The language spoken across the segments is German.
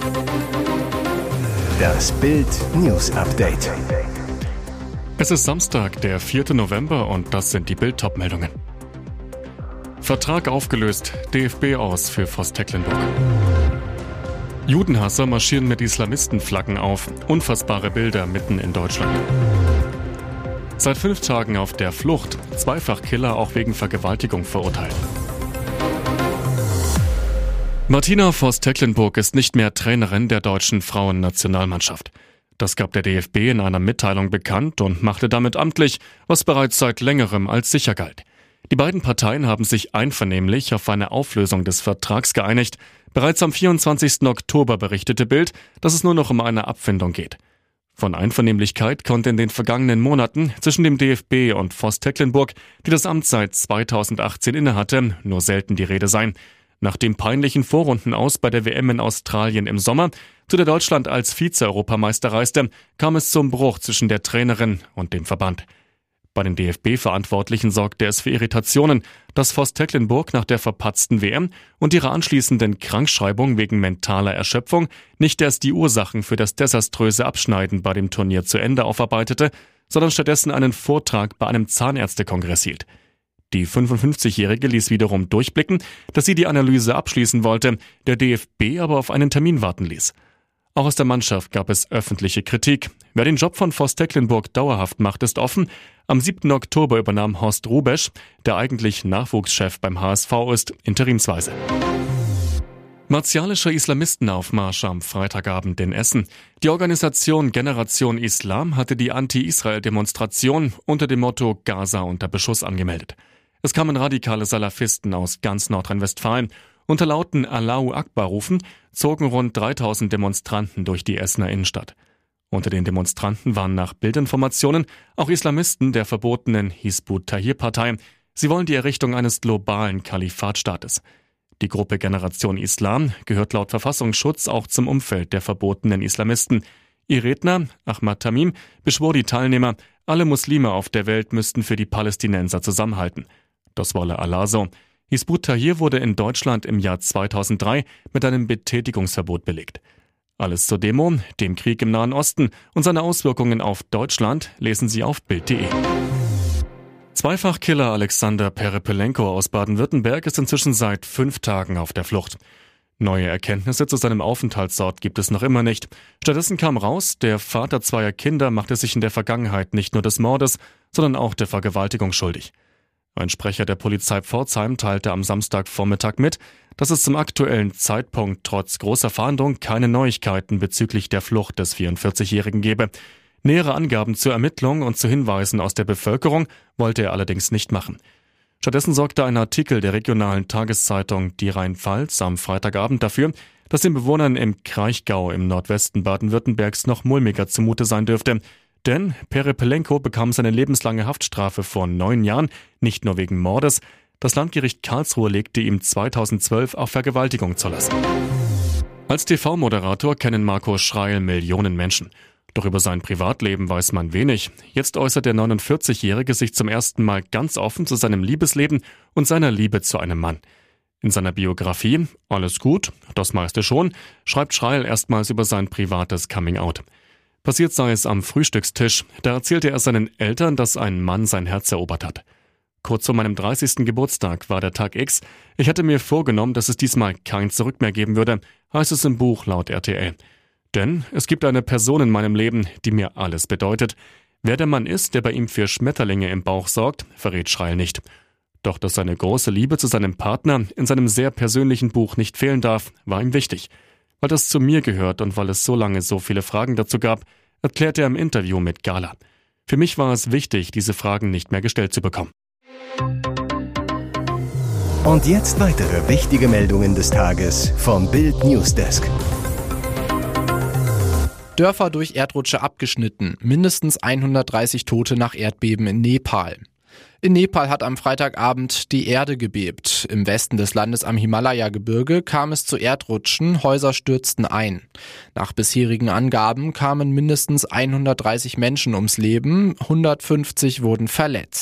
Das Bild News Update. Es ist Samstag, der 4. November und das sind die Bild-Top-Meldungen. Vertrag aufgelöst, DFB aus für Voss Tecklenburg. Judenhasser marschieren mit Islamistenflaggen auf. Unfassbare Bilder mitten in Deutschland. Seit 5 Tagen auf der Flucht. Zweifachkiller auch wegen Vergewaltigung verurteilt. Martina Voss Tecklenburg ist nicht mehr Trainerin der deutschen Frauennationalmannschaft. Das gab der DFB in einer Mitteilung bekannt und machte damit amtlich, was bereits seit längerem als sicher galt. Die beiden Parteien haben sich einvernehmlich auf eine Auflösung des Vertrags geeinigt. Bereits am 24. Oktober berichtete Bild, dass es nur noch um eine Abfindung geht. Von Einvernehmlichkeit konnte in den vergangenen Monaten zwischen dem DFB und Voss Tecklenburg, die das Amt seit 2018 innehatte, nur selten die Rede sein. Nach dem peinlichen Vorrundenaus bei der WM in Australien im Sommer, zu der Deutschland als Vize-Europameister reiste, kam es zum Bruch zwischen der Trainerin und dem Verband. Bei den DFB-Verantwortlichen sorgte es für Irritationen, dass Voss Tecklenburg nach der verpatzten WM und ihrer anschließenden Krankschreibung wegen mentaler Erschöpfung nicht erst die Ursachen für das desaströse Abschneiden bei dem Turnier zu Ende aufarbeitete, sondern stattdessen einen Vortrag bei einem Zahnärztekongress hielt. Die 55-Jährige ließ wiederum durchblicken, dass sie die Analyse abschließen wollte, der DFB aber auf einen Termin warten ließ. Auch aus der Mannschaft gab es öffentliche Kritik. Wer den Job von Voss Tecklenburg dauerhaft macht, ist offen. Am 7. Oktober übernahm Horst Rubesch, der eigentlich Nachwuchschef beim HSV ist, interimsweise. Martialischer Islamistenaufmarsch am Freitagabend in Essen. Die Organisation Generation Islam hatte die Anti-Israel-Demonstration unter dem Motto Gaza unter Beschuss angemeldet. Es kamen radikale Salafisten aus ganz Nordrhein-Westfalen. Unter lauten Allahu Akbar-Rufen zogen rund 3000 Demonstranten durch die Essener Innenstadt. Unter den Demonstranten waren nach Bildinformationen auch Islamisten der verbotenen Hizb ut-Tahrir-Partei. Sie wollen die Errichtung eines globalen Kalifatstaates. Die Gruppe Generation Islam gehört laut Verfassungsschutz auch zum Umfeld der verbotenen Islamisten. Ihr Redner, Ahmad Tamim, beschwor die Teilnehmer, alle Muslime auf der Welt müssten für die Palästinenser zusammenhalten. Das wolle Allah so. Hizb ut-Tahrir wurde in Deutschland im Jahr 2003 mit einem Betätigungsverbot belegt. Alles zur Demo, dem Krieg im Nahen Osten und seine Auswirkungen auf Deutschland lesen Sie auf Bild.de. Zweifachkiller Alexander Perepelenko aus Baden-Württemberg ist inzwischen seit 5 Tagen auf der Flucht. Neue Erkenntnisse zu seinem Aufenthaltsort gibt es noch immer nicht. Stattdessen kam raus, der Vater 2 Kinder machte sich in der Vergangenheit nicht nur des Mordes, sondern auch der Vergewaltigung schuldig. Ein Sprecher der Polizei Pforzheim teilte am Samstagvormittag mit, dass es zum aktuellen Zeitpunkt trotz großer Fahndung keine Neuigkeiten bezüglich der Flucht des 44-Jährigen gebe. Nähere Angaben zur Ermittlung und zu Hinweisen aus der Bevölkerung wollte er allerdings nicht machen. Stattdessen sorgte ein Artikel der regionalen Tageszeitung Die Rheinpfalz am Freitagabend dafür, dass den Bewohnern im Kraichgau im Nordwesten Baden-Württembergs noch mulmiger zumute sein dürfte. Denn Perepelenko bekam seine lebenslange Haftstrafe vor 9 Jahren, nicht nur wegen Mordes. Das Landgericht Karlsruhe legte ihm 2012 auch Vergewaltigung zur Last. Als TV-Moderator kennen Marco Schreil Millionen Menschen. Doch über sein Privatleben weiß man wenig. Jetzt äußert der 49-Jährige sich zum ersten Mal ganz offen zu seinem Liebesleben und seiner Liebe zu einem Mann. In seiner Biografie »Alles gut, das meiste schon« schreibt Schreil erstmals über sein privates Coming-out. Passiert sei es am Frühstückstisch. Da erzählte er seinen Eltern, dass ein Mann sein Herz erobert hat. Kurz vor meinem 30. Geburtstag war der Tag X. Ich hatte mir vorgenommen, dass es diesmal kein Zurück mehr geben würde, heißt es im Buch laut RTL. Denn es gibt eine Person in meinem Leben, die mir alles bedeutet. Wer der Mann ist, der bei ihm für Schmetterlinge im Bauch sorgt, verrät Schreil nicht. Doch dass seine große Liebe zu seinem Partner in seinem sehr persönlichen Buch nicht fehlen darf, war ihm wichtig. Weil das zu mir gehört und weil es so lange so viele Fragen dazu gab, erklärt er im Interview mit Gala. Für mich war es wichtig, diese Fragen nicht mehr gestellt zu bekommen. Und jetzt weitere wichtige Meldungen des Tages vom Bild Newsdesk. Dörfer durch Erdrutsche abgeschnitten, mindestens 130 Tote nach Erdbeben in Nepal. In Nepal hat am Freitagabend die Erde gebebt. Im Westen des Landes am Himalaya-Gebirge kam es zu Erdrutschen, Häuser stürzten ein. Nach bisherigen Angaben kamen mindestens 130 Menschen ums Leben, 150 wurden verletzt.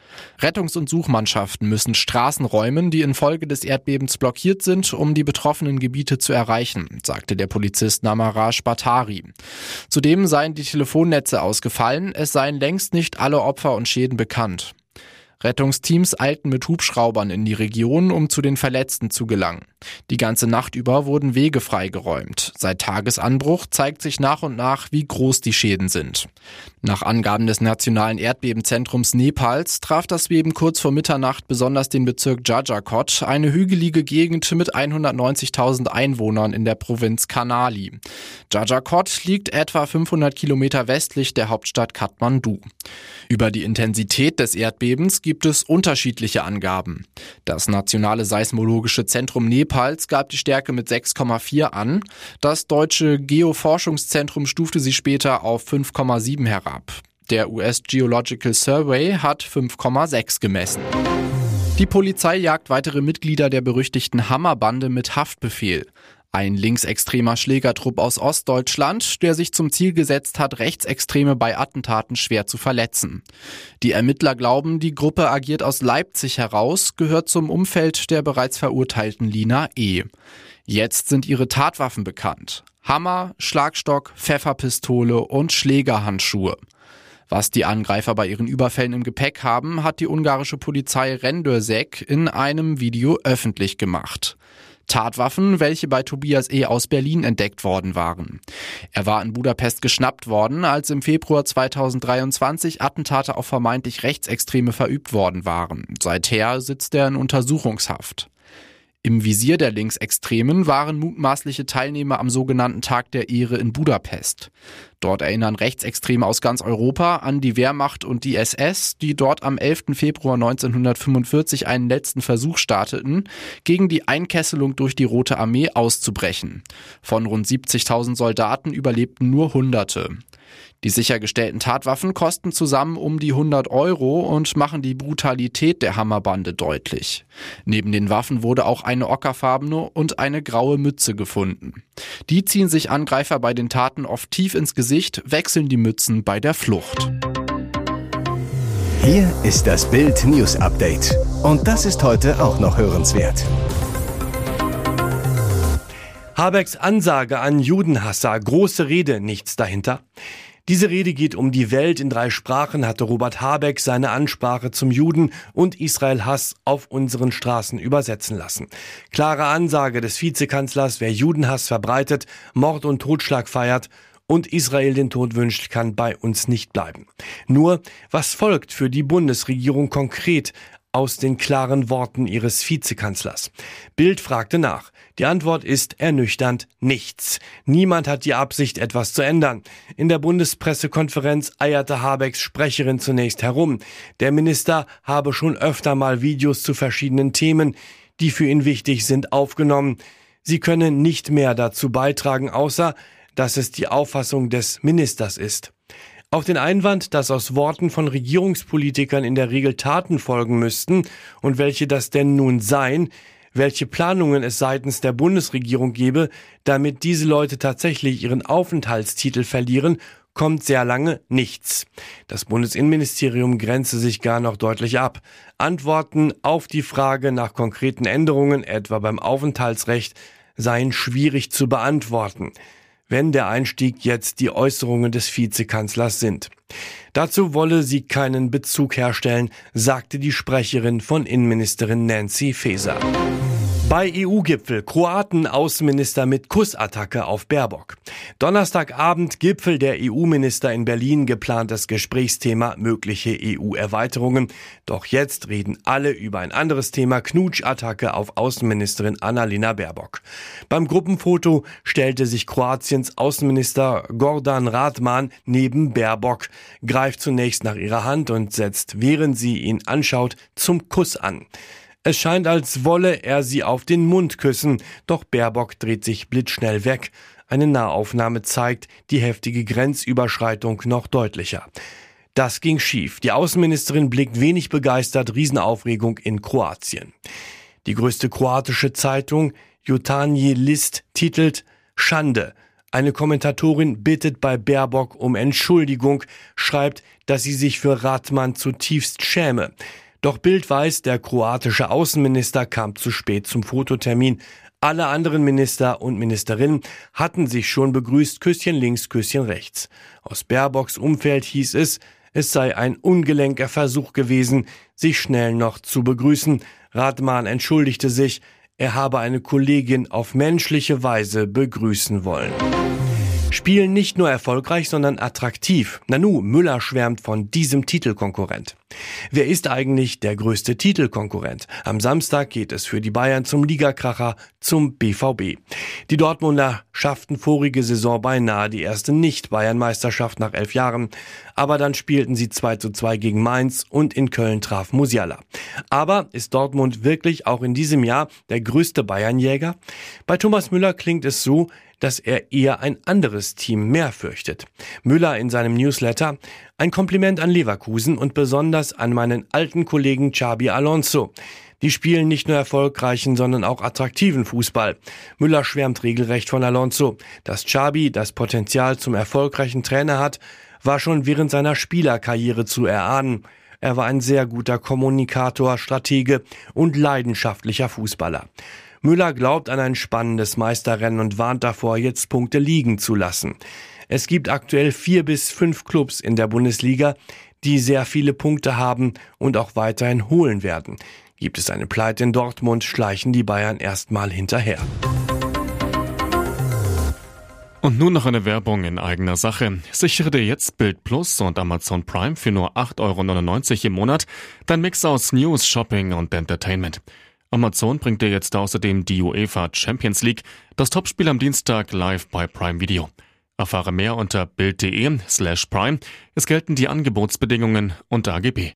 Rettungs- und Suchmannschaften müssen Straßen räumen, die infolge des Erdbebens blockiert sind, um die betroffenen Gebiete zu erreichen, sagte der Polizist Namaraj Batari. Zudem seien die Telefonnetze ausgefallen, es seien längst nicht alle Opfer und Schäden bekannt. Rettungsteams eilten mit Hubschraubern in die Region, um zu den Verletzten zu gelangen. Die ganze Nacht über wurden Wege freigeräumt. Seit Tagesanbruch zeigt sich nach und nach, wie groß die Schäden sind. Nach Angaben des Nationalen Erdbebenzentrums Nepals traf das Beben kurz vor Mitternacht besonders den Bezirk Jajakot, eine hügelige Gegend mit 190.000 Einwohnern in der Provinz Karnali. Jajakot liegt etwa 500 Kilometer westlich der Hauptstadt Kathmandu. Über die Intensität des Erdbebens gibt es unterschiedliche Angaben. Das Nationale Seismologische Zentrum Nepals gab die Stärke mit 6,4 an. Das deutsche Geoforschungszentrum stufte sie später auf 5,7 herab. Der US Geological Survey hat 5,6 gemessen. Die Polizei jagt weitere Mitglieder der berüchtigten Hammerbande mit Haftbefehl. Ein linksextremer Schlägertrupp aus Ostdeutschland, der sich zum Ziel gesetzt hat, Rechtsextreme bei Attentaten schwer zu verletzen. Die Ermittler glauben, die Gruppe agiert aus Leipzig heraus, gehört zum Umfeld der bereits verurteilten Lina E. Jetzt sind ihre Tatwaffen bekannt. Hammer, Schlagstock, Pfefferpistole und Schlägerhandschuhe. Was die Angreifer bei ihren Überfällen im Gepäck haben, hat die ungarische Polizei Rendőrség in einem Video öffentlich gemacht. Tatwaffen, welche bei Tobias E. aus Berlin entdeckt worden waren. Er war in Budapest geschnappt worden, als im Februar 2023 Attentate auf vermeintlich Rechtsextreme verübt worden waren. Seither sitzt er in Untersuchungshaft. Im Visier der Linksextremen waren mutmaßliche Teilnehmer am sogenannten Tag der Ehre in Budapest. Dort erinnern Rechtsextreme aus ganz Europa an die Wehrmacht und die SS, die dort am 11. Februar 1945 einen letzten Versuch starteten, gegen die Einkesselung durch die Rote Armee auszubrechen. Von rund 70.000 Soldaten überlebten nur Hunderte. Die sichergestellten Tatwaffen kosten zusammen um die 100 € und machen die Brutalität der Hammerbande deutlich. Neben den Waffen wurde auch eine ockerfarbene und eine graue Mütze gefunden. Die ziehen sich Angreifer bei den Taten oft tief ins Gesicht, wechseln die Mützen bei der Flucht. Hier ist das Bild News Update. Und das ist heute auch noch hörenswert. Habecks Ansage an Judenhasser, große Rede, nichts dahinter. Diese Rede geht um die Welt. In 3 Sprachen hatte Robert Habeck seine Ansprache zum Juden- und Israel-Hass auf unseren Straßen übersetzen lassen. Klare Ansage des Vizekanzlers: Wer Judenhass verbreitet, Mord und Totschlag feiert und Israel den Tod wünscht, kann bei uns nicht bleiben. Nur, was folgt für die Bundesregierung konkret aus den klaren Worten ihres Vizekanzlers? Bild fragte nach. Die Antwort ist ernüchternd: nichts. Niemand hat die Absicht, etwas zu ändern. In der Bundespressekonferenz eierte Habecks Sprecherin zunächst herum. Der Minister habe schon öfter mal Videos zu verschiedenen Themen, die für ihn wichtig sind, aufgenommen. Sie können nicht mehr dazu beitragen, außer dass es die Auffassung des Ministers ist. Auf den Einwand, dass aus Worten von Regierungspolitikern in der Regel Taten folgen müssten und welche das denn nun seien, welche Planungen es seitens der Bundesregierung gebe, damit diese Leute tatsächlich ihren Aufenthaltstitel verlieren, kommt sehr lange nichts. Das Bundesinnenministerium grenze sich gar noch deutlich ab. Antworten auf die Frage nach konkreten Änderungen, etwa beim Aufenthaltsrecht, seien schwierig zu beantworten, wenn der Einstieg jetzt die Äußerungen des Vizekanzlers sind. Dazu wolle sie keinen Bezug herstellen, sagte die Sprecherin von Innenministerin Nancy Faeser. Bei EU-Gipfel Kroaten-Außenminister mit Kussattacke auf Baerbock. Donnerstagabend Gipfel der EU-Minister in Berlin, geplantes Gesprächsthema mögliche EU-Erweiterungen. Doch jetzt reden alle über ein anderes Thema: Knutschattacke auf Außenministerin Annalena Baerbock. Beim Gruppenfoto stellte sich Kroatiens Außenminister Gordan Radman neben Baerbock, greift zunächst nach ihrer Hand und setzt, während sie ihn anschaut, zum Kuss an. Es scheint, als wolle er sie auf den Mund küssen, doch Baerbock dreht sich blitzschnell weg. Eine Nahaufnahme zeigt die heftige Grenzüberschreitung noch deutlicher. Das ging schief. Die Außenministerin blickt wenig begeistert, Riesenaufregung in Kroatien. Die größte kroatische Zeitung, Jutarnji List, titelt: Schande. Eine Kommentatorin bittet bei Baerbock um Entschuldigung, schreibt, dass sie sich für Radman zutiefst schäme. Doch Bild weiß, der kroatische Außenminister kam zu spät zum Fototermin. Alle anderen Minister und Ministerinnen hatten sich schon begrüßt, Küsschen links, Küsschen rechts. Aus Baerbocks Umfeld hieß es sei ein ungelenker Versuch gewesen, sich schnell noch zu begrüßen. Radman entschuldigte sich, er habe eine Kollegin auf menschliche Weise begrüßen wollen. Spielen nicht nur erfolgreich, sondern attraktiv. Nanu, Müller schwärmt von diesem Titelkonkurrent. Wer ist eigentlich der größte Titelkonkurrent? Am Samstag geht es für die Bayern zum Ligakracher, zum BVB. Die Dortmunder schafften vorige Saison beinahe die erste Nicht-Bayern-Meisterschaft nach 11 Jahren. Aber dann spielten sie 2:2 gegen Mainz und in Köln traf Musiala. Aber ist Dortmund wirklich auch in diesem Jahr der größte Bayernjäger? Bei Thomas Müller klingt es so, dass er eher ein anderes Team mehr fürchtet. Müller in seinem Newsletter: ein Kompliment an Leverkusen und besonders an meinen alten Kollegen Xabi Alonso. Die spielen nicht nur erfolgreichen, sondern auch attraktiven Fußball. Müller schwärmt regelrecht von Alonso. Dass Xabi das Potenzial zum erfolgreichen Trainer hat, war schon während seiner Spielerkarriere zu erahnen. Er war ein sehr guter Kommunikator, Stratege und leidenschaftlicher Fußballer. Müller glaubt an ein spannendes Meisterrennen und warnt davor, jetzt Punkte liegen zu lassen. Es gibt aktuell 4 bis 5 Clubs in der Bundesliga, die sehr viele Punkte haben und auch weiterhin holen werden. Gibt es eine Pleite in Dortmund, schleichen die Bayern erstmal hinterher. Und nun noch eine Werbung in eigener Sache. Sichere dir jetzt Bild Plus und Amazon Prime für nur 8,99 € im Monat. Dein Mix aus News, Shopping und Entertainment. Amazon bringt dir jetzt außerdem die UEFA Champions League, das Topspiel am Dienstag live bei Prime Video. Erfahre mehr unter bild.de/prime. Es gelten die Angebotsbedingungen und AGB.